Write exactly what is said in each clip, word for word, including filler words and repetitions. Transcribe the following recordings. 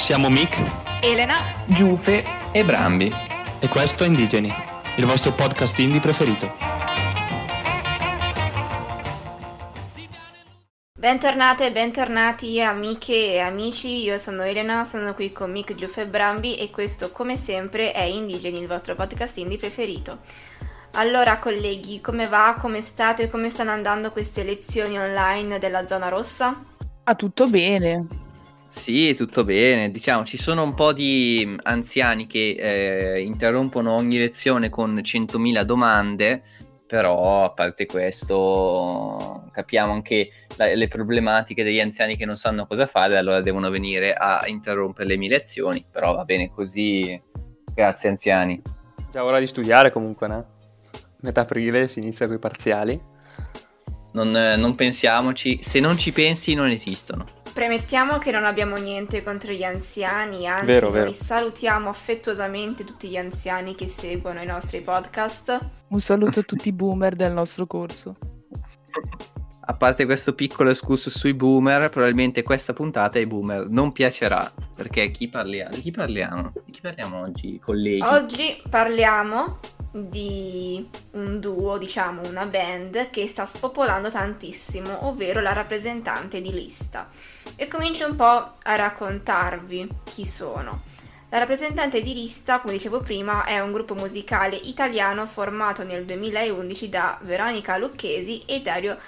Siamo Mick, Elena, Giufe e Brambi. E questo è Indigeni, il vostro podcast indie preferito. Bentornate e bentornati amiche e amici, io sono Elena, sono qui con Mick, Giufe e Brambi e questo come sempre è Indigeni, il vostro podcast indie preferito. Allora colleghi, come va, come state, come stanno andando queste lezioni online della zona rossa? Ah, tutto bene. Sì, tutto bene. Diciamo, ci sono un po' di anziani che eh, interrompono ogni lezione con centomila domande, però a parte questo capiamo anche la- le problematiche degli anziani che non sanno cosa fare, allora devono venire a interrompere le mie lezioni, però va bene così. Grazie anziani. Già ora di studiare comunque, no? Metà aprile si inizia con i parziali. Non, eh, non pensiamoci, se non ci pensi non esistono. Premettiamo che non abbiamo niente contro gli anziani, anzi Vero, noi vero. salutiamo affettuosamente tutti gli anziani che seguono i nostri podcast. Un saluto a tutti i boomer del nostro corso. A parte questo piccolo excursus sui boomer, probabilmente questa puntata ai boomer non piacerà, perché chi parliamo? Di chi parliamo? Di chi parliamo oggi, colleghi? Oggi parliamo di un duo, diciamo una band che sta spopolando tantissimo, ovvero la rappresentante di lista. E comincio un po' a raccontarvi chi sono. La rappresentante di lista, come dicevo prima, è un gruppo musicale italiano formato nel duemilaundici da Veronica Lucchesi e Dario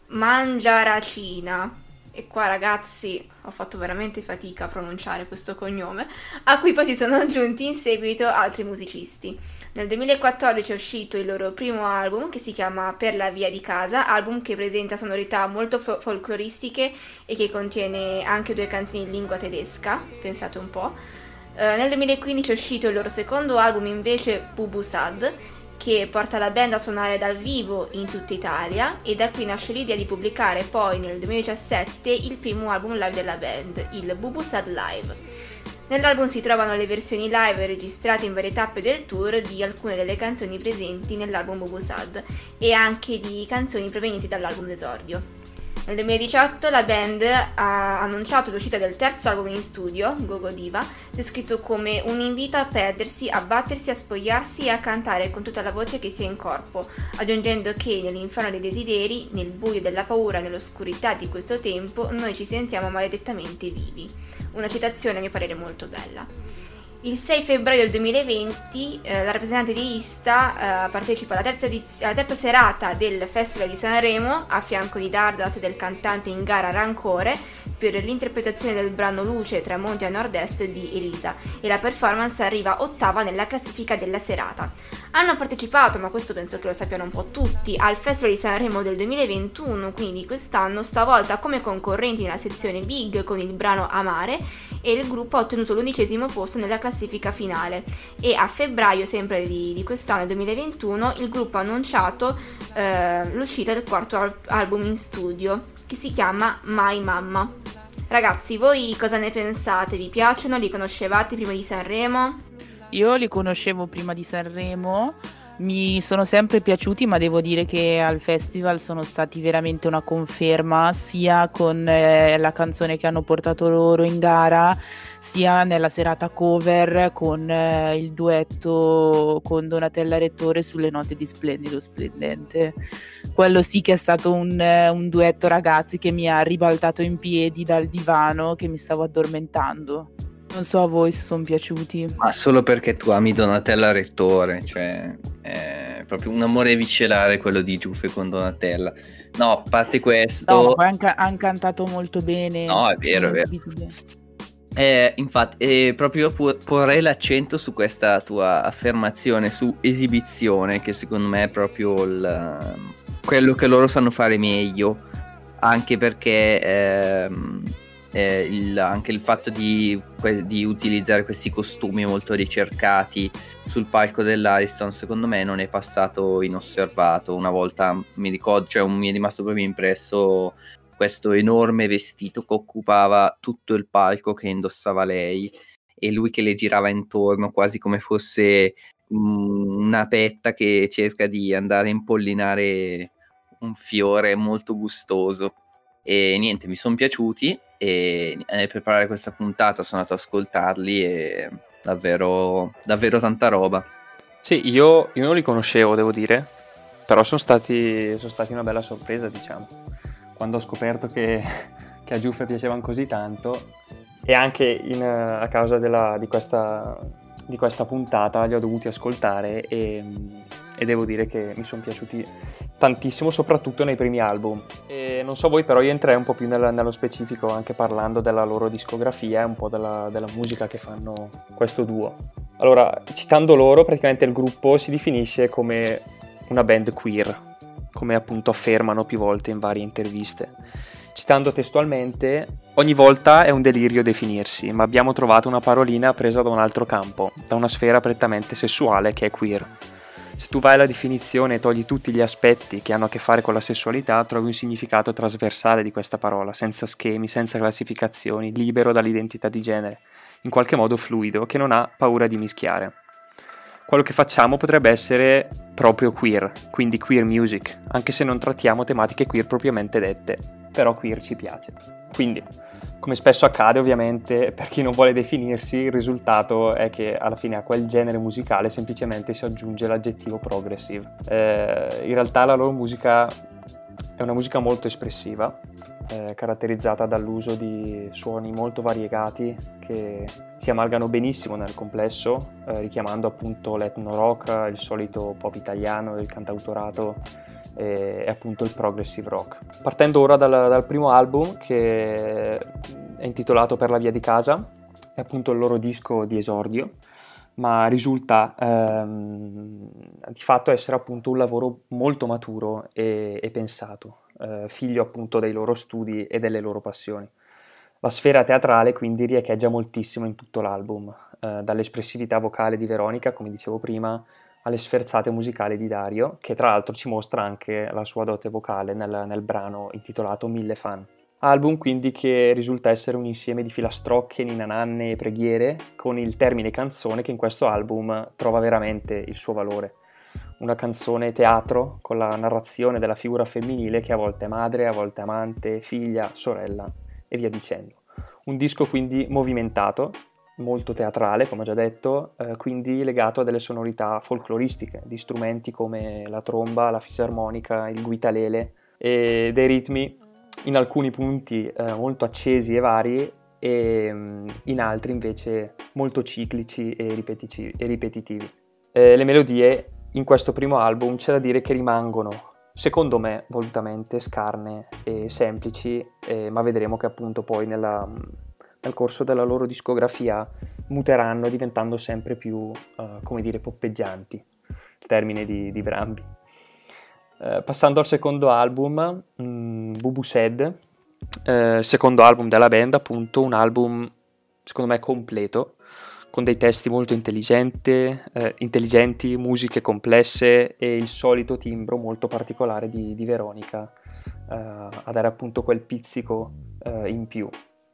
Mangiaracina. E qua ragazzi ho fatto veramente fatica a pronunciare questo cognome, a cui poi si sono aggiunti in seguito altri musicisti. Nel duemilaquattordici è uscito il loro primo album che si chiama Per la via di casa, album che presenta sonorità molto fo- folcloristiche e che contiene anche due canzoni in lingua tedesca, pensate un po'. Eh, nel duemilaquindici è uscito il loro secondo album invece Bubu Sad, che porta la band a suonare dal vivo in tutta Italia e da qui nasce l'idea di pubblicare poi nel duemiladiciassette il primo album live della band, il Bubu Sad Live. Nell'album si trovano le versioni live registrate in varie tappe del tour di alcune delle canzoni presenti nell'album Bubu Sad e anche di canzoni provenienti dall'album d'esordio. Nel duemiladiciotto la band ha annunciato l'uscita del terzo album in studio, Gogo Diva, descritto come un invito a perdersi, a battersi, a spogliarsi e a cantare con tutta la voce che si ha in corpo, aggiungendo che nell'inferno dei desideri, nel buio della paura, nell'oscurità di questo tempo, noi ci sentiamo maledettamente vivi. Una citazione a mio parere molto bella. Il sei febbraio del duemilaventi eh, la rappresentante di Ista eh, partecipa alla terza, ediz- alla terza serata del Festival di Sanremo a fianco di Dardas e del cantante in gara Rancore per l'interpretazione del brano Luce, Tramonti a Nord-Est di Elisa e la performance arriva ottava nella classifica della serata. Hanno partecipato, ma questo penso che lo sappiano un po' tutti, al Festival di Sanremo del duemilaventuno, quindi di quest'anno, stavolta come concorrenti nella sezione Big con il brano Amare e il gruppo ha ottenuto l'undicesimo posto nella classifica finale e a febbraio sempre di, di quest'anno duemilaventuno il gruppo ha annunciato eh, l'uscita del quarto al- album in studio che si chiama My Mamma. Ragazzi, voi cosa ne pensate? Vi piacciono? Li conoscevate prima di Sanremo? Io li conoscevo prima di Sanremo, mi sono sempre piaciuti, ma devo dire che al festival sono stati veramente una conferma, sia con eh, la canzone che hanno portato loro in gara, sia nella serata cover con eh, il duetto con Donatella Rettore sulle note di Splendido Splendente. Quello sì che è stato un, eh, un duetto, ragazzi, che mi ha ribaltato in piedi dal divano che mi stavo addormentando. Non so a voi se sono piaciuti. Ma solo perché tu ami Donatella Rettore, cioè è proprio un amore viscerale quello di Giuffe con Donatella. No, a parte questo, No, ma poi han, ca- han cantato molto bene. No, è vero, sono è vero. esibiti bene. eh, infatti, eh, proprio pu- porrei l'accento su questa tua affermazione su esibizione, che secondo me è proprio il, quello che loro sanno fare meglio, anche perché ehm, eh, il, anche il fatto di, que- di utilizzare questi costumi molto ricercati sul palco dell'Ariston secondo me non è passato inosservato. Una volta mi ricordo, cioè un, mi è rimasto proprio impresso questo enorme vestito che occupava tutto il palco che indossava lei e lui che le girava intorno quasi come fosse mm, una petta che cerca di andare a impollinare un fiore molto gustoso. E niente, mi sono piaciuti. e nel preparare questa puntata sono andato ad ascoltarli e davvero, davvero tanta roba. Sì, io, io non li conoscevo, devo dire, però sono stati, sono stati una bella sorpresa, diciamo, quando ho scoperto che, che a Giuffe piacevano così tanto, e anche in, a causa della, di, questa, di questa puntata li ho dovuti ascoltare e, e devo dire che mi sono piaciuti tantissimo, soprattutto nei primi album. E non so voi, però io entrerei un po' più nel, nello specifico, anche parlando della loro discografia e un po' della, della musica che fanno questo duo. Allora, citando loro, praticamente il gruppo si definisce come una band queer, come appunto affermano più volte in varie interviste. Citando testualmente, ogni volta è un delirio definirsi, ma abbiamo trovato una parolina presa da un altro campo, da una sfera prettamente sessuale che è queer. Se tu vai alla definizione e togli tutti gli aspetti che hanno a che fare con la sessualità, trovi un significato trasversale di questa parola, senza schemi, senza classificazioni, libero dall'identità di genere, in qualche modo fluido, che non ha paura di mischiare. Quello che facciamo potrebbe essere proprio queer, quindi queer music, anche se non trattiamo tematiche queer propriamente dette, però queer ci piace. Quindi, come spesso accade ovviamente, per chi non vuole definirsi, il risultato è che alla fine a quel genere musicale semplicemente si aggiunge l'aggettivo progressive. Eh, in realtà la loro musica è una musica molto espressiva, eh, caratterizzata dall'uso di suoni molto variegati che si amalgano benissimo nel complesso, eh, richiamando appunto l'etno rock, il solito pop italiano, il cantautorato e, e appunto il progressive rock. Partendo ora dal, dal primo album, che è intitolato Per la via di casa, è appunto il loro disco di esordio, ma risulta ehm, di fatto essere appunto un lavoro molto maturo e, e pensato, eh, figlio appunto dei loro studi e delle loro passioni. La sfera teatrale quindi riecheggia moltissimo in tutto l'album, eh, dall'espressività vocale di Veronica, come dicevo prima, alle sferzate musicali di Dario, che tra l'altro ci mostra anche la sua dote vocale nel, nel brano intitolato Mille Fan. Album quindi che risulta essere un insieme di filastrocche, ninananne e preghiere, con il termine canzone che in questo album trova veramente il suo valore. Una canzone teatro con la narrazione della figura femminile che a volte è madre, a volte amante, figlia, sorella e via dicendo. Un disco quindi movimentato, molto teatrale come ho già detto, eh, quindi legato a delle sonorità folcloristiche, di strumenti come la tromba, la fisarmonica, il guitarlele e dei ritmi in alcuni punti eh, molto accesi e vari e mh, in altri invece molto ciclici e, ripetici- e ripetitivi. Eh, le melodie in questo primo album c'è da dire che rimangono, secondo me, volutamente scarne e semplici, eh, ma vedremo che appunto poi nella, nel corso della loro discografia muteranno diventando sempre più, eh, come dire, poppeggianti, il termine di, di Brambi. Uh, passando al secondo album, um, Bubu Said, uh, secondo album della band, appunto un album secondo me completo, con dei testi molto intelligenti, uh, intelligenti, musiche complesse e il solito timbro molto particolare di, di Veronica uh, a dare appunto quel pizzico uh, in più.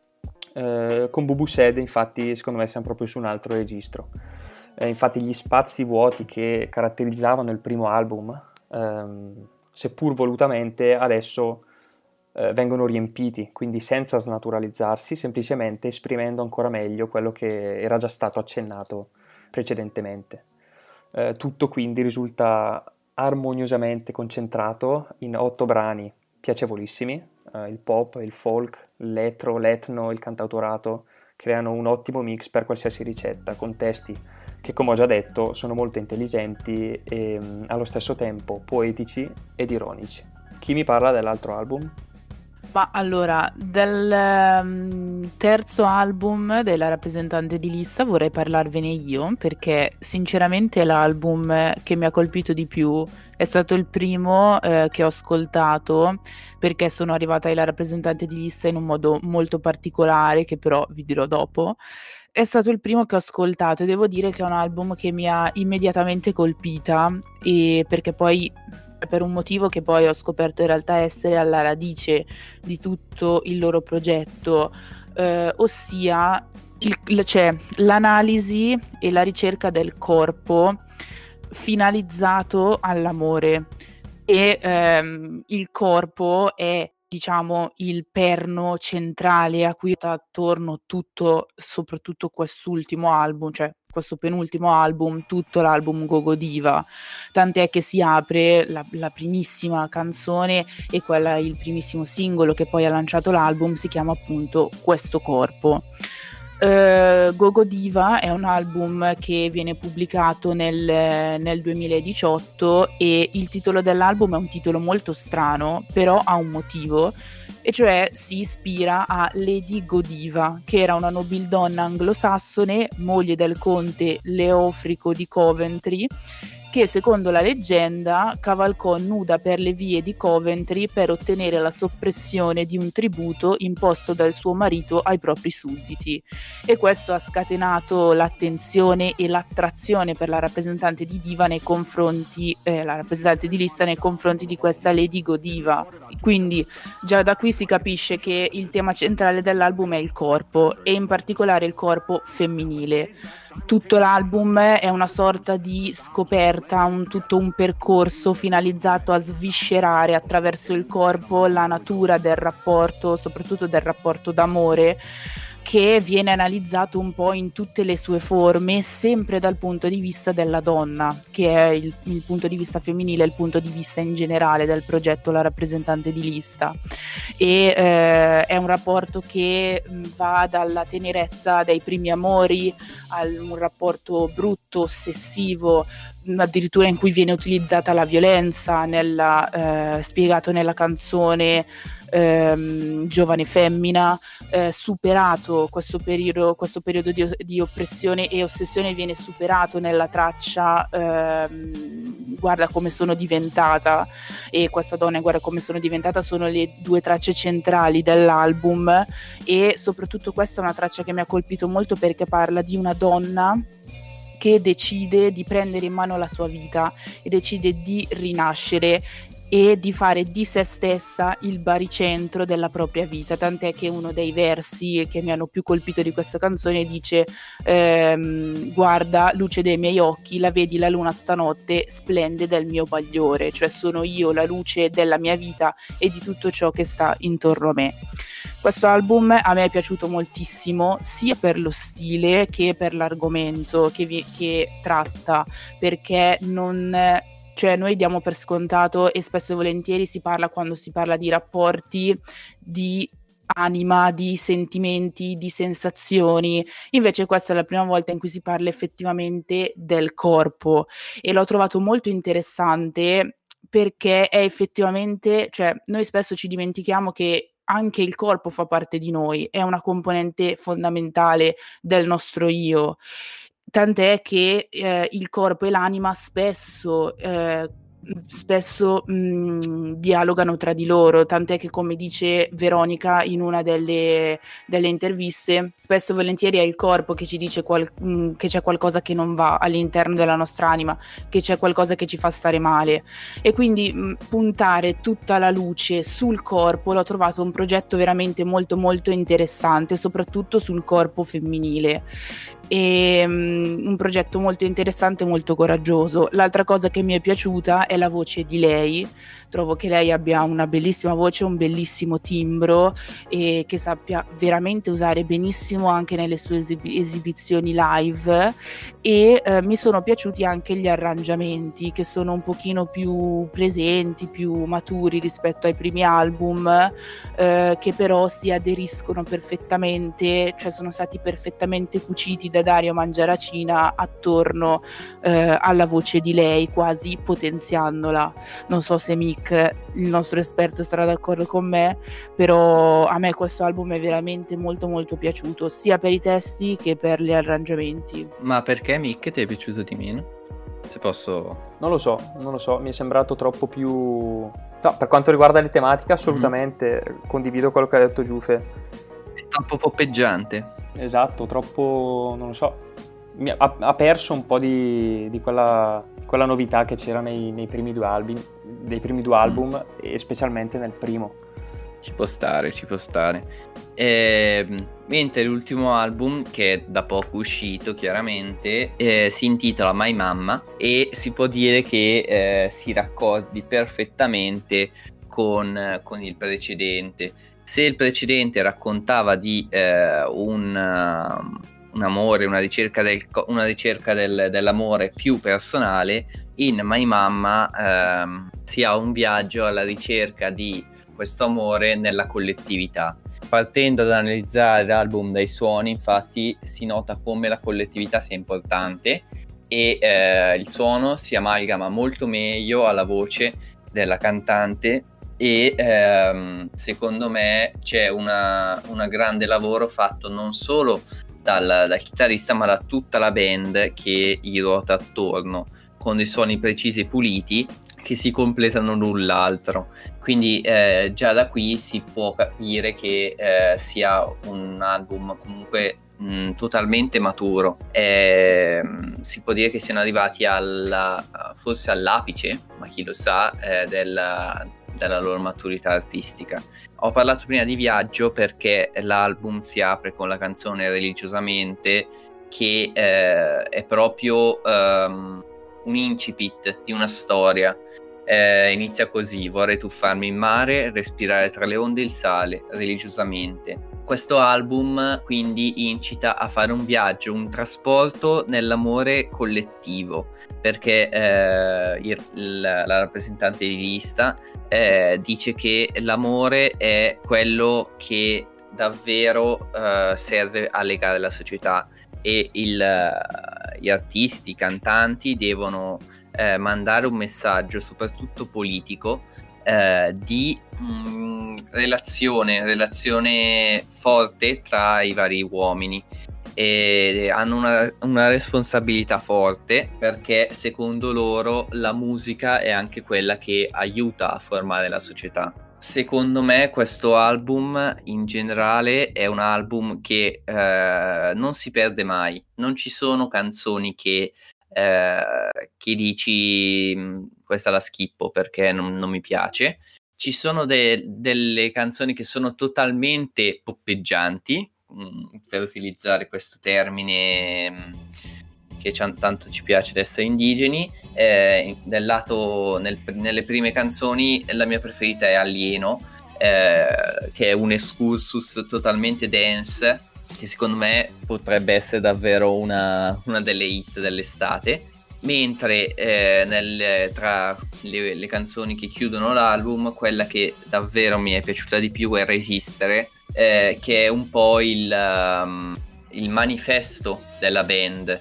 Uh, con Bubu Said infatti secondo me siamo proprio su un altro registro. Uh, infatti gli spazi vuoti che caratterizzavano il primo album, Um, seppur volutamente, adesso uh, vengono riempiti, quindi senza snaturalizzarsi, semplicemente esprimendo ancora meglio quello che era già stato accennato precedentemente. Uh, tutto quindi risulta armoniosamente concentrato in otto brani piacevolissimi, uh, il pop, il folk, l'elettro, l'etno, il cantautorato creano un ottimo mix per qualsiasi ricetta, con testi che, come ho già detto, sono molto intelligenti e mh, allo stesso tempo poetici ed ironici. Chi mi parla dell'altro album? Ma allora, del um, terzo album della rappresentante di lista vorrei parlarvene io, perché sinceramente l'album che mi ha colpito di più è stato il primo eh, che ho ascoltato, perché sono arrivata alla rappresentante di lista in un modo molto particolare, che però vi dirò dopo. È stato il primo che ho ascoltato e devo dire che è un album che mi ha immediatamente colpita, e perché poi per un motivo che poi ho scoperto in realtà essere alla radice di tutto il loro progetto, eh, ossia il, cioè, l'analisi e la ricerca del corpo finalizzato all'amore. E ehm, il corpo è diciamo il perno centrale a cui sta attorno tutto, soprattutto quest'ultimo album, cioè questo penultimo album, tutto l'album Gogo Diva, tant'è che si apre la, la primissima canzone e quella, il primissimo singolo che poi ha lanciato l'album, si chiama appunto Questo Corpo. Uh, Gogo Diva è un album che viene pubblicato nel, nel duemiladiciotto e il titolo dell'album è un titolo molto strano, però ha un motivo, e cioè si ispira a Lady Godiva, che era una nobildonna anglosassone, moglie del conte Leofrico di Coventry, che secondo la leggenda cavalcò nuda per le vie di Coventry per ottenere la soppressione di un tributo imposto dal suo marito ai propri sudditi, e questo ha scatenato l'attenzione e l'attrazione per la rappresentante di diva nei confronti eh, la rappresentante di lista nei confronti di questa Lady Godiva. Quindi già da qui si capisce che il tema centrale dell'album è il corpo, e in particolare il corpo femminile. Tutto l'album è una sorta di scoperta, un, tutto un percorso finalizzato a sviscerare attraverso il corpo la natura del rapporto, soprattutto del rapporto d'amore, che viene analizzato un po' in tutte le sue forme, sempre dal punto di vista della donna, che è il, il punto di vista femminile, il punto di vista in generale del progetto La rappresentante di lista. E eh, è un rapporto che va dalla tenerezza dei primi amori a un rapporto brutto, ossessivo, addirittura in cui viene utilizzata la violenza, nella, eh, spiegato nella canzone ehm, Giovane Femmina. Eh, superato questo periodo, questo periodo di, di oppressione e ossessione viene superato nella traccia ehm, Guarda come sono diventata, e Questa donna e Guarda come sono diventata sono le due tracce centrali dell'album, e soprattutto questa è una traccia che mi ha colpito molto perché parla di una donna che decide di prendere in mano la sua vita e decide di rinascere e di fare di se stessa il baricentro della propria vita, tant'è che uno dei versi che mi hanno più colpito di questa canzone dice ehm, guarda, luce dei miei occhi, la vedi la luna stanotte, splende del mio bagliore, cioè sono io la luce della mia vita e di tutto ciò che sta intorno a me. Questo album a me è piaciuto moltissimo, sia per lo stile che per l'argomento che, vi, che tratta, perché non... Cioè noi diamo per scontato, e spesso e volentieri si parla, quando si parla di rapporti, di anima, di sentimenti, di sensazioni, invece questa è la prima volta in cui si parla effettivamente del corpo, e l'ho trovato molto interessante perché è effettivamente, cioè noi spesso ci dimentichiamo che anche il corpo fa parte di noi, è una componente fondamentale del nostro io. Tant'è che eh, il corpo e l'anima spesso, eh, spesso mh, dialogano tra di loro, tant'è che, come dice Veronica in una delle, delle interviste, spesso e volentieri è il corpo che ci dice qual- mh, che c'è qualcosa che non va all'interno della nostra anima, che c'è qualcosa che ci fa stare male, e quindi mh, puntare tutta la luce sul corpo l'ho trovato un progetto veramente molto molto interessante, soprattutto sul corpo femminile. E, um, un progetto molto interessante e molto coraggioso. L'altra cosa che mi è piaciuta è la voce di lei. Trovo che lei abbia una bellissima voce, un bellissimo timbro, e che sappia veramente usare benissimo anche nelle sue esib- esibizioni live, e eh, mi sono piaciuti anche gli arrangiamenti, che sono un pochino più presenti, più maturi rispetto ai primi album, eh, che però si aderiscono perfettamente, cioè sono stati perfettamente cuciti da Dario Mangiaracina attorno eh, alla voce di lei, quasi potenziandola. Non so se Mick, il nostro esperto, sarà d'accordo con me, però a me questo album è veramente molto molto piaciuto, sia per i testi che per gli arrangiamenti. Ma perché Mick ti è piaciuto di meno? Se posso... Non lo so, non lo so, mi è sembrato troppo più... No, per quanto riguarda le tematiche assolutamente mm-hmm. condivido quello che ha detto Giuffe. È troppo poppeggiante. Esatto, troppo, non lo so, mi ha, ha perso un po' di, di quella, quella novità che c'era nei, nei primi due album, dei primi due album mm. e specialmente nel primo. Ci può stare, ci può stare. E, mentre l'ultimo album, che è da poco uscito chiaramente, eh, si intitola My Mamma, e si può dire che eh, si raccordi perfettamente con, con il precedente. Se il precedente raccontava di eh, un, uh, un amore, una ricerca, del, una ricerca del, dell'amore più personale, in My Mamma ehm, si ha un viaggio alla ricerca di questo amore nella collettività. Partendo ad analizzare l'album dai suoni, infatti, si nota come la collettività sia importante e eh, il suono si amalgama molto meglio alla voce della cantante e ehm, secondo me c'è una, una grande lavoro fatto non solo dal, dal chitarrista ma da tutta la band che gli ruota attorno, con dei suoni precisi e puliti che si completano l'un l'altro. Quindi eh, già da qui si può capire che eh, sia un album comunque mh, totalmente maturo. Eh, si può dire che siano arrivati alla, forse all'apice, ma chi lo sa, eh, della, della loro maturità artistica. Ho parlato prima di viaggio perché l'album si apre con la canzone Religiosamente, che eh, è proprio um, un incipit di una storia. Eh, inizia così: vorrei tuffarmi in mare, respirare tra le onde il sale, religiosamente. Questo album quindi incita a fare un viaggio, un trasporto nell'amore collettivo, perché eh, il, la, la rappresentante di lista eh, dice che l'amore è quello che davvero eh, serve a legare la società, e il, gli artisti, i cantanti devono eh, mandare un messaggio soprattutto politico eh, di mh, relazione, relazione forte tra i vari uomini, e hanno una, una responsabilità forte, perché secondo loro la musica è anche quella che aiuta a formare la società. Secondo me questo album in generale è un album che eh, non si perde mai. Non ci sono canzoni che, eh, che dici questa la schippo perché non, non mi piace. Ci sono de- delle canzoni che sono totalmente poppeggianti, mh, per utilizzare questo termine mh, che c- tanto ci piace essere indigeni. Eh, del lato, nel, nelle prime canzoni la mia preferita è Alieno, eh, che è un excursus totalmente dance, che secondo me potrebbe essere davvero una, una delle hit dell'estate. Mentre eh, nel, tra le, le canzoni che chiudono l'album, quella che davvero mi è piaciuta di più è Resistere, eh, che è un po' il, um, il manifesto della band.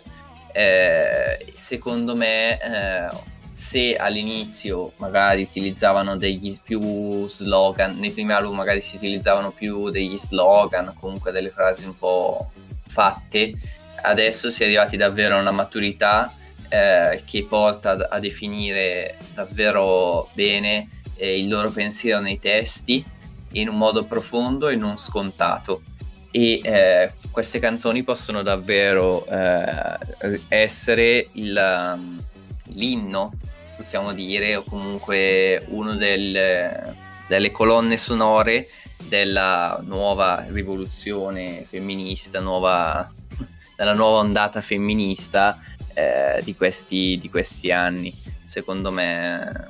Eh, secondo me eh, se all'inizio magari utilizzavano degli più slogan, nei primi album magari si utilizzavano più degli slogan, comunque delle frasi un po' fatte, adesso si è arrivati davvero a una maturità eh, che porta a, a definire davvero bene eh, il loro pensiero nei testi in un modo profondo e non scontato. E eh, queste canzoni possono davvero eh, essere il, um, l'inno, possiamo dire, o comunque uno del, delle colonne sonore della nuova rivoluzione femminista, nuova, della nuova ondata femminista eh, di, questi, di questi anni. Secondo me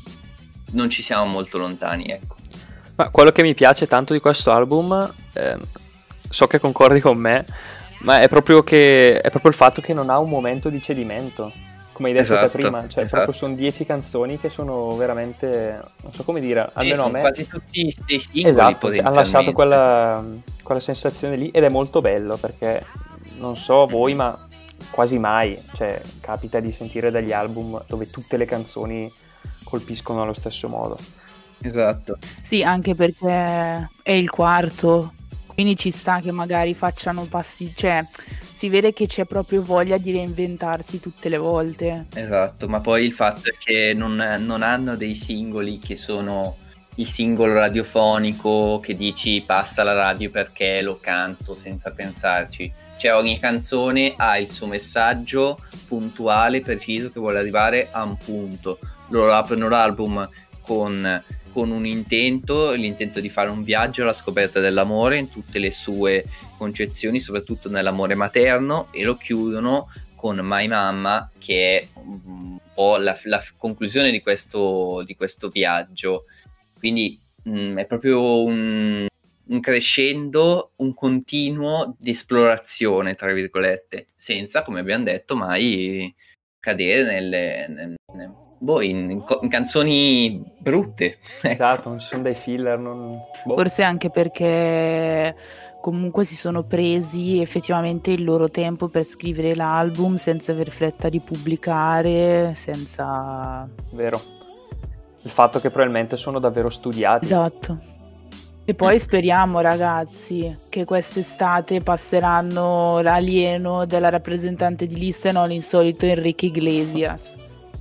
non ci siamo molto lontani, ecco. Ma quello che mi piace tanto di questo album, eh, so che concordi con me, ma è proprio che è proprio il fatto che non ha un momento di cedimento, come hai detto Esatto, te prima, cioè esatto. proprio sono dieci canzoni che sono veramente, non so come dire, Sì, almeno a sono me quasi tutti dei singoli, esatto, cioè, hanno lasciato potenzialmente. quella, quella sensazione lì, ed è molto bello perché non so voi, ma quasi mai, cioè, capita di sentire degli album dove tutte le canzoni colpiscono allo stesso modo. Esatto. Sì, anche perché è il quarto, quindi ci sta che magari facciano passi, cioè si vede che c'è proprio voglia di reinventarsi tutte le volte. Esatto, ma poi il fatto è che non, non hanno dei singoli che sono il singolo radiofonico che dici passa alla radio perché lo canto senza pensarci. Cioè ogni canzone ha il suo messaggio puntuale, preciso, che vuole arrivare a un punto. Loro aprono l'album con, con un intento, l'intento di fare un viaggio alla scoperta dell'amore in tutte le sue concezioni, soprattutto nell'amore materno, e lo chiudono con My Mamma, che è un po' la, la conclusione di questo, di questo viaggio. quindi mh, è proprio un, un crescendo, un continuo di esplorazione, tra virgolette, senza, come abbiamo detto, mai cadere nelle, nelle, nelle boh, in, in, in canzoni brutte. Esatto, non ci sono dei filler. Non... Boh. Forse anche perché comunque si sono presi effettivamente il loro tempo per scrivere l'album senza aver fretta di pubblicare, senza... Vero. Il fatto che probabilmente sono davvero studiati. Esatto. E poi speriamo, ragazzi, che quest'estate passeranno l'alieno della rappresentante di lista e non l'insolito Enrique Iglesias.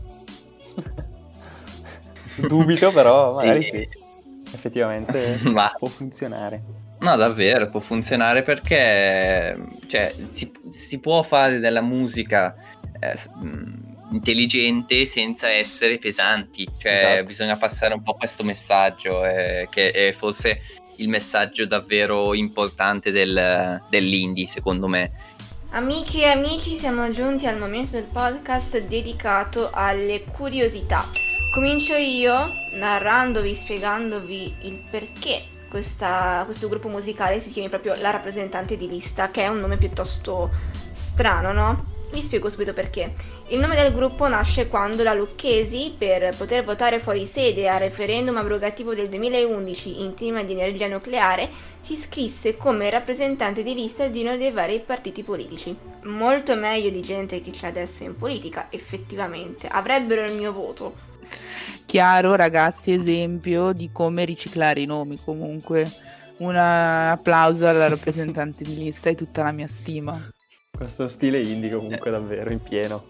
Dubito, però magari Sì. sì. Effettivamente Ma- può funzionare. No, davvero, può funzionare perché cioè, si, si può fare della musica eh, s- mh, intelligente senza essere pesanti, cioè Esatto. bisogna passare un po' questo messaggio eh, che è forse il messaggio davvero importante del, dell'indie, secondo me. Amiche e amici, siamo giunti al momento del podcast dedicato alle curiosità. Comincio io narrandovi, spiegandovi il perché questa, questo gruppo musicale si chiami proprio La Rappresentante di Lista, che è un nome piuttosto strano, no? Vi spiego subito perché. Il nome del gruppo nasce quando la Lucchesi, per poter votare fuori sede al referendum abrogativo del duemilaundici in tema di energia nucleare, si iscrisse come rappresentante di lista di uno dei vari partiti politici. Molto meglio di gente che c'è adesso in politica, effettivamente. Avrebbero il mio voto. Chiaro, ragazzi, esempio di come riciclare i nomi comunque. Un applauso alla rappresentante di lista e tutta la mia stima. Questo stile indie comunque davvero in pieno.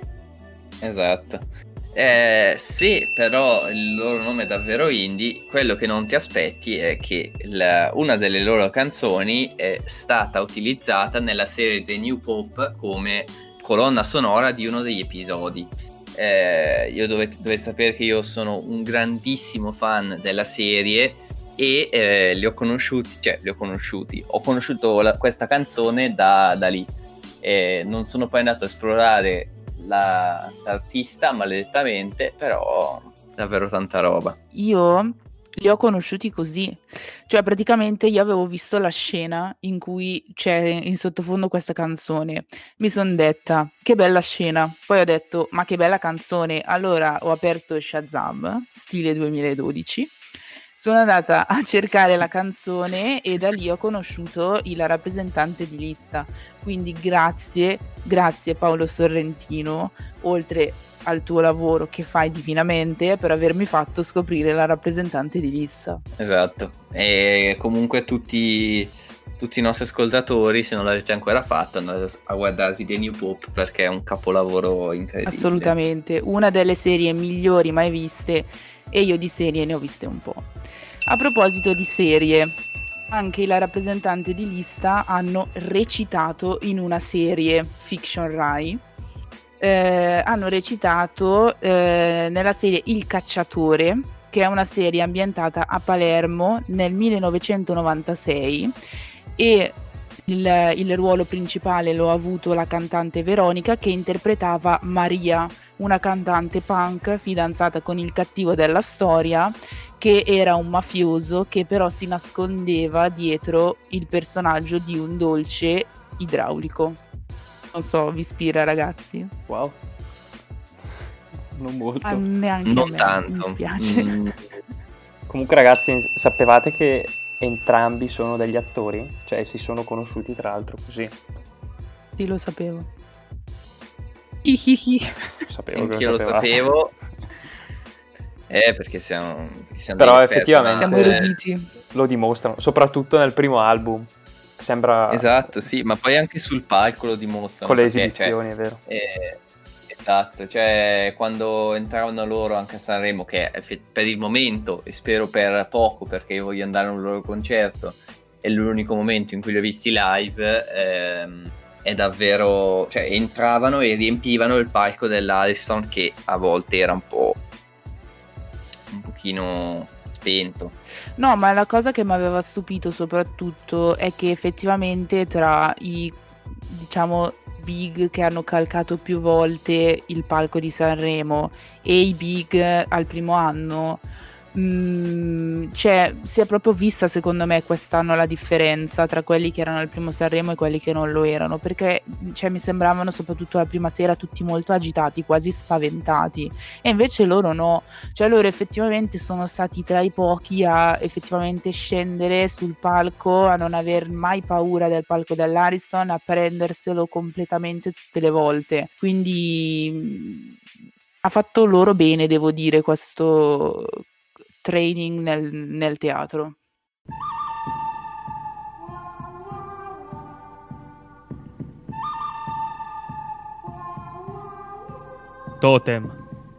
Esatto. Eh, se però il loro nome è davvero indie, quello che non ti aspetti è che la- una delle loro canzoni è stata utilizzata nella serie The New Pop come colonna sonora di uno degli episodi. Eh, io dovete, dovete sapere che io sono un grandissimo fan della serie e eh, li ho conosciuti, cioè li ho conosciuti, ho conosciuto la- questa canzone da, da lì. E non sono poi andato a esplorare la, l'artista maledettamente, però davvero tanta roba. Io li ho conosciuti così, cioè praticamente io avevo visto la scena in cui c'è in sottofondo questa canzone, mi sono detta che bella scena, poi ho detto ma che bella canzone, allora ho aperto Shazam, stile duemiladodici, sono andata a cercare la canzone e da lì ho conosciuto il rappresentante di lista, quindi grazie, grazie Paolo Sorrentino, oltre al tuo lavoro che fai divinamente, per avermi fatto scoprire la rappresentante di lista. Esatto. E comunque tutti, tutti i nostri ascoltatori, se non l'avete ancora fatto, andate a guardarvi The New Pop perché è un capolavoro incredibile. Assolutamente, una delle serie migliori mai viste e io di serie ne ho viste un po'. A proposito di serie, anche la rappresentante di lista hanno recitato in una serie Fiction Rai. Eh, hanno recitato eh, nella serie Il Cacciatore, che è una serie ambientata a Palermo nel millenovecentonovantasei e il, il ruolo principale lo ha avuto la cantante Veronica, che interpretava Maria, una cantante punk fidanzata con il cattivo della storia, che era un mafioso che però si nascondeva dietro il personaggio di un dolce idraulico. Non so, vi ispira, ragazzi? Wow. Non molto. Ah, neanche a Non me, tanto. mi spiace. Mm, Comunque ragazzi, sapevate che entrambi sono degli attori? Cioè si sono conosciuti tra l'altro così. Sì, lo sapevo. Hihihi. Sapevo che anch'io lo lo sapevate. sapevo. Eh, perché siamo, siamo Però degli esperti, effettivamente- Siamo ma- eruditi. Lo dimostrano, soprattutto nel primo album. Sembra Esatto, sì, ma poi anche sul palco lo dimostrano. con le perché, esibizioni, è vero. cioè, eh, esatto, cioè quando entravano loro anche a Sanremo, che è per il momento, e spero per poco, perché io voglio andare a un loro concerto, è l'unico momento in cui li ho visti live, ehm, è davvero, cioè entravano e riempivano il palco dell'Ariston, che a volte era un po' un pochino spento. No, ma la cosa che mi aveva stupito soprattutto è che effettivamente tra i, diciamo, big che hanno calcato più volte il palco di Sanremo e i big al primo anno Mm, cioè, si è proprio vista secondo me quest'anno la differenza tra quelli che erano al primo Sanremo e quelli che non lo erano, perché cioè, mi sembravano soprattutto la prima sera tutti molto agitati, quasi spaventati, e invece loro no, cioè loro effettivamente sono stati tra i pochi a effettivamente scendere sul palco, a non aver mai paura del palco dell'Ariston, a prenderselo completamente tutte le volte, quindi ha fatto loro bene, devo dire, questo training nel, nel teatro. Totem.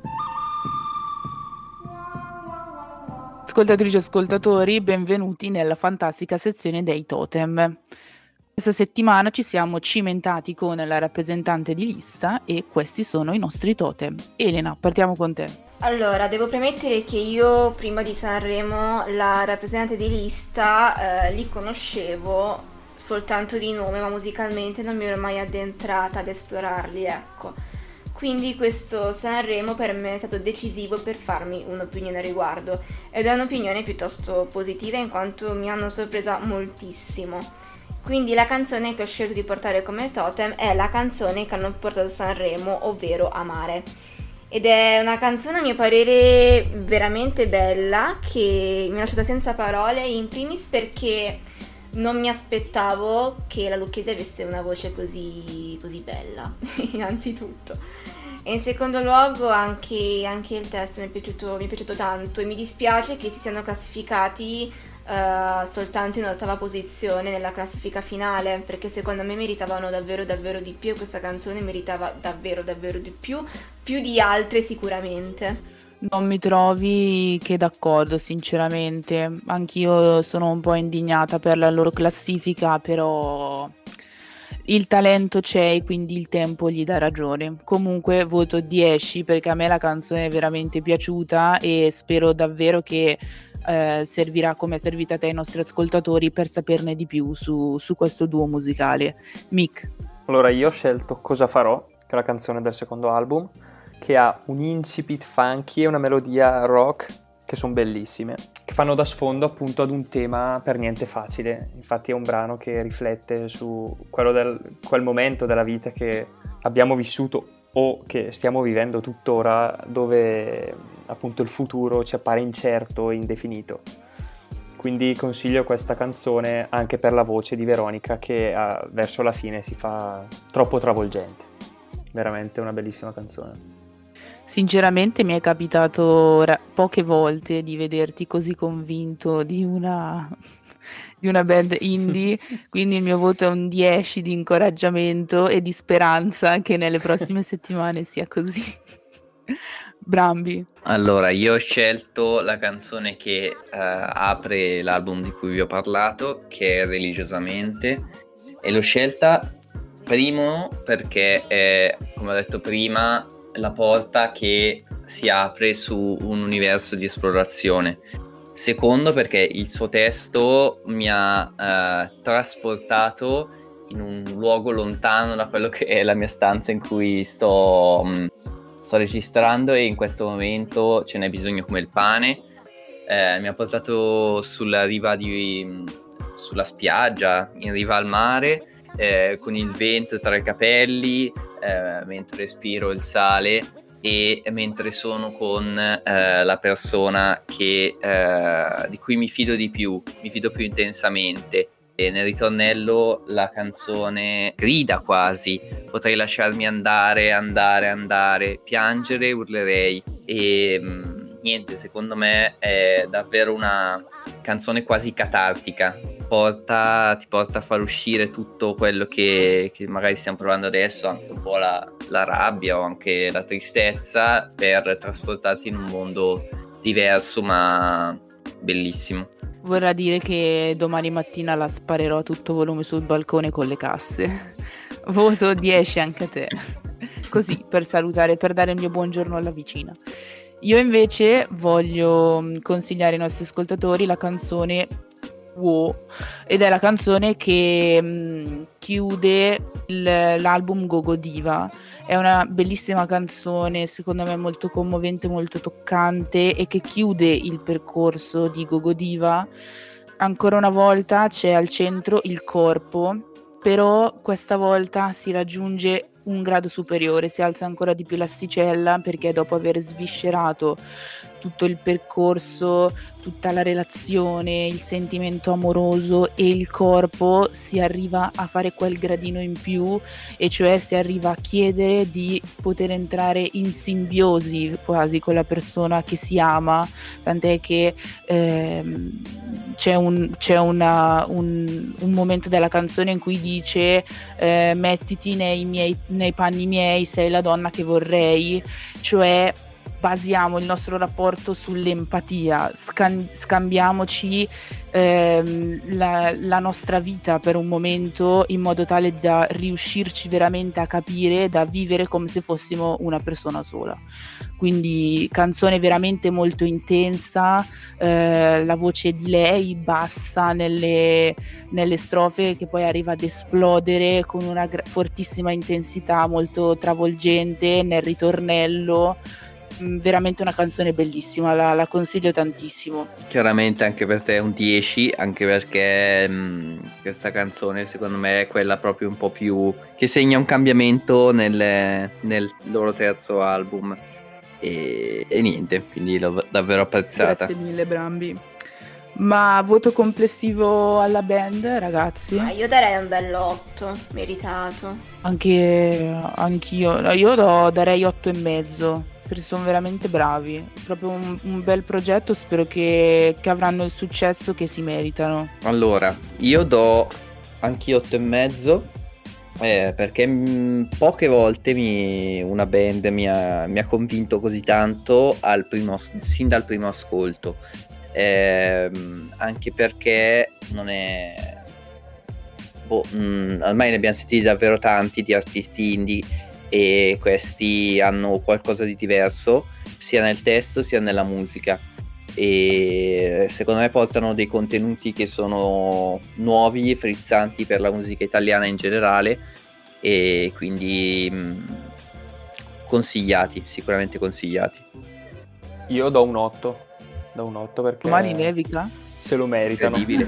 Ascoltatrici e ascoltatori, benvenuti nella fantastica sezione dei totem. Questa settimana ci siamo cimentati con la rappresentante di lista e questi sono i nostri totem. Elena, partiamo con te. Allora, devo premettere che io prima di Sanremo la rappresentante di lista eh, li conoscevo soltanto di nome, ma musicalmente non mi ero mai addentrata ad esplorarli, ecco. Quindi questo Sanremo per me è stato decisivo per farmi un'opinione a riguardo, ed è un'opinione piuttosto positiva in quanto mi hanno sorpresa moltissimo. Quindi la canzone che ho scelto di portare come totem è la canzone che hanno portato a Sanremo, ovvero Amare. Ed è una canzone a mio parere veramente bella, che mi ha lasciato senza parole, in primis perché non mi aspettavo che la Lucchesi avesse una voce così, così bella, innanzitutto. E in secondo luogo anche, anche il testo mi è piaciuto, mi è piaciuto tanto, e mi dispiace che si siano classificati uh, soltanto in ottava posizione nella classifica finale, perché secondo me meritavano davvero davvero di più, e questa canzone meritava davvero davvero di più, più di altre sicuramente. Non mi trovi che d'accordo, sinceramente. Anch'io sono un po' indignata per la loro classifica, però il talento c'è e quindi il tempo gli dà ragione. Comunque voto dieci perché a me la canzone è veramente piaciuta e spero davvero che eh, servirà come è servita a te ai nostri ascoltatori per saperne di più su, su questo duo musicale. Mick. Allora, io ho scelto Cosa farò, che è la canzone del secondo album, che ha un incipit funky e una melodia rock che sono bellissime, che fanno da sfondo appunto ad un tema per niente facile. Infatti è un brano che riflette su quello del, quel momento della vita che abbiamo vissuto o che stiamo vivendo tuttora, dove appunto il futuro ci appare incerto e indefinito. Quindi consiglio questa canzone anche per la voce di Veronica, che uh, verso la fine si fa troppo travolgente. Veramente una bellissima canzone. Sinceramente mi è capitato ra- poche volte di vederti così convinto di una, di una band indie, quindi il mio voto è un dieci di incoraggiamento e di speranza che nelle prossime settimane sia così. Brambi. Allora, io ho scelto la canzone che uh, apre l'album di cui vi ho parlato, che è Religiosamente, e l'ho scelta primo perché è, come ho detto prima, la porta che si apre su un universo di esplorazione. Secondo perché il suo testo mi ha eh, trasportato in un luogo lontano da quello che è la mia stanza in cui sto, mh, sto registrando, e in questo momento ce n'è bisogno come il pane. Eh, mi ha portato sulla riva di sulla spiaggia, in riva al mare, eh, con il vento tra i capelli, eh, mentre respiro il sale e mentre sono con eh, la persona che, eh, di cui mi fido di più, mi fido più intensamente. E nel ritornello la canzone grida quasi: potrei lasciarmi andare, andare, andare, piangere, urlerei. E mh, niente, secondo me è davvero una canzone quasi catartica. Porta, ti porta a far uscire tutto quello che, che magari stiamo provando adesso, anche un po' la, la rabbia o anche la tristezza, per trasportarti in un mondo diverso ma bellissimo. Vorrà dire che domani mattina la sparerò a tutto volume sul balcone con le casse. Voto dieci anche a te. Così, per salutare, per dare il mio buongiorno alla vicina. Io invece voglio consigliare ai nostri ascoltatori la canzone Wow. Ed è la canzone che mh, chiude il- l'album Gogo Diva. È una bellissima canzone, secondo me molto commovente, molto toccante, e che chiude il percorso di Gogo Diva. Ancora una volta c'è al centro il corpo, però questa volta si raggiunge un grado superiore, si alza ancora di più l'asticella, perché dopo aver sviscerato tutto il percorso, tutta la relazione, il sentimento amoroso e il corpo, si arriva a fare quel gradino in più, e cioè si arriva a chiedere di poter entrare in simbiosi quasi con la persona che si ama, tant'è che ehm, c'è, un, c'è una, un, un momento della canzone in cui dice eh, mettiti nei, miei, nei panni miei, sei la donna che vorrei, cioè basiamo il nostro rapporto sull'empatia, scan- scambiamoci ehm, la, la nostra vita per un momento, in modo tale da riuscirci veramente a capire, da vivere come se fossimo una persona sola. Quindi canzone veramente molto intensa, eh, la voce di lei bassa nelle, nelle strofe, che poi arriva ad esplodere con una gra- fortissima intensità, molto travolgente nel ritornello. Veramente una canzone bellissima, la, la consiglio tantissimo. Chiaramente anche per te è un dieci, anche perché mh, questa canzone secondo me è quella proprio un po' più che segna un cambiamento nel, nel loro terzo album, e, e niente, quindi l'ho davvero apprezzata. Grazie mille Brambi. Ma voto complessivo alla band, ragazzi? Ma io darei un bel otto, meritato. Anche anch'io, io do, darei otto e mezzo, perché sono veramente bravi, proprio un, un bel progetto, spero che, che avranno il successo che si meritano. Allora, io do anch'io otto e mezzo, eh, perché mh, poche volte mi, una band mi ha, mi ha convinto così tanto al primo, sin dal primo ascolto, eh, anche perché non è... Boh, mh, ormai ne abbiamo sentiti davvero tanti di artisti indie, e questi hanno qualcosa di diverso sia nel testo sia nella musica, e secondo me portano dei contenuti che sono nuovi e frizzanti per la musica italiana in generale, e quindi mh, consigliati, sicuramente consigliati. Io do un otto, do un otto perché Domani nevica? se lo meritano. Incredibile.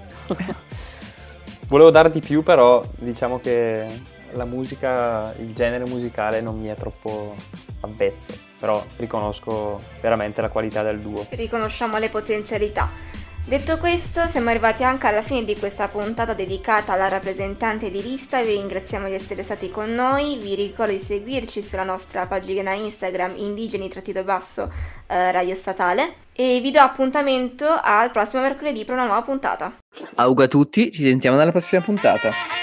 Volevo dar di più, però diciamo che la musica, il genere musicale non mi è troppo avvezzo, però riconosco veramente la qualità del duo. Riconosciamo le potenzialità. Detto questo, siamo arrivati anche alla fine di questa puntata dedicata alla rappresentante di lista. Vi ringraziamo di essere stati con noi. Vi ricordo di seguirci sulla nostra pagina Instagram indigeni-basso eh, Radio Statale, e vi do appuntamento al prossimo mercoledì per una nuova puntata. Auga a tutti, ci sentiamo nella prossima puntata.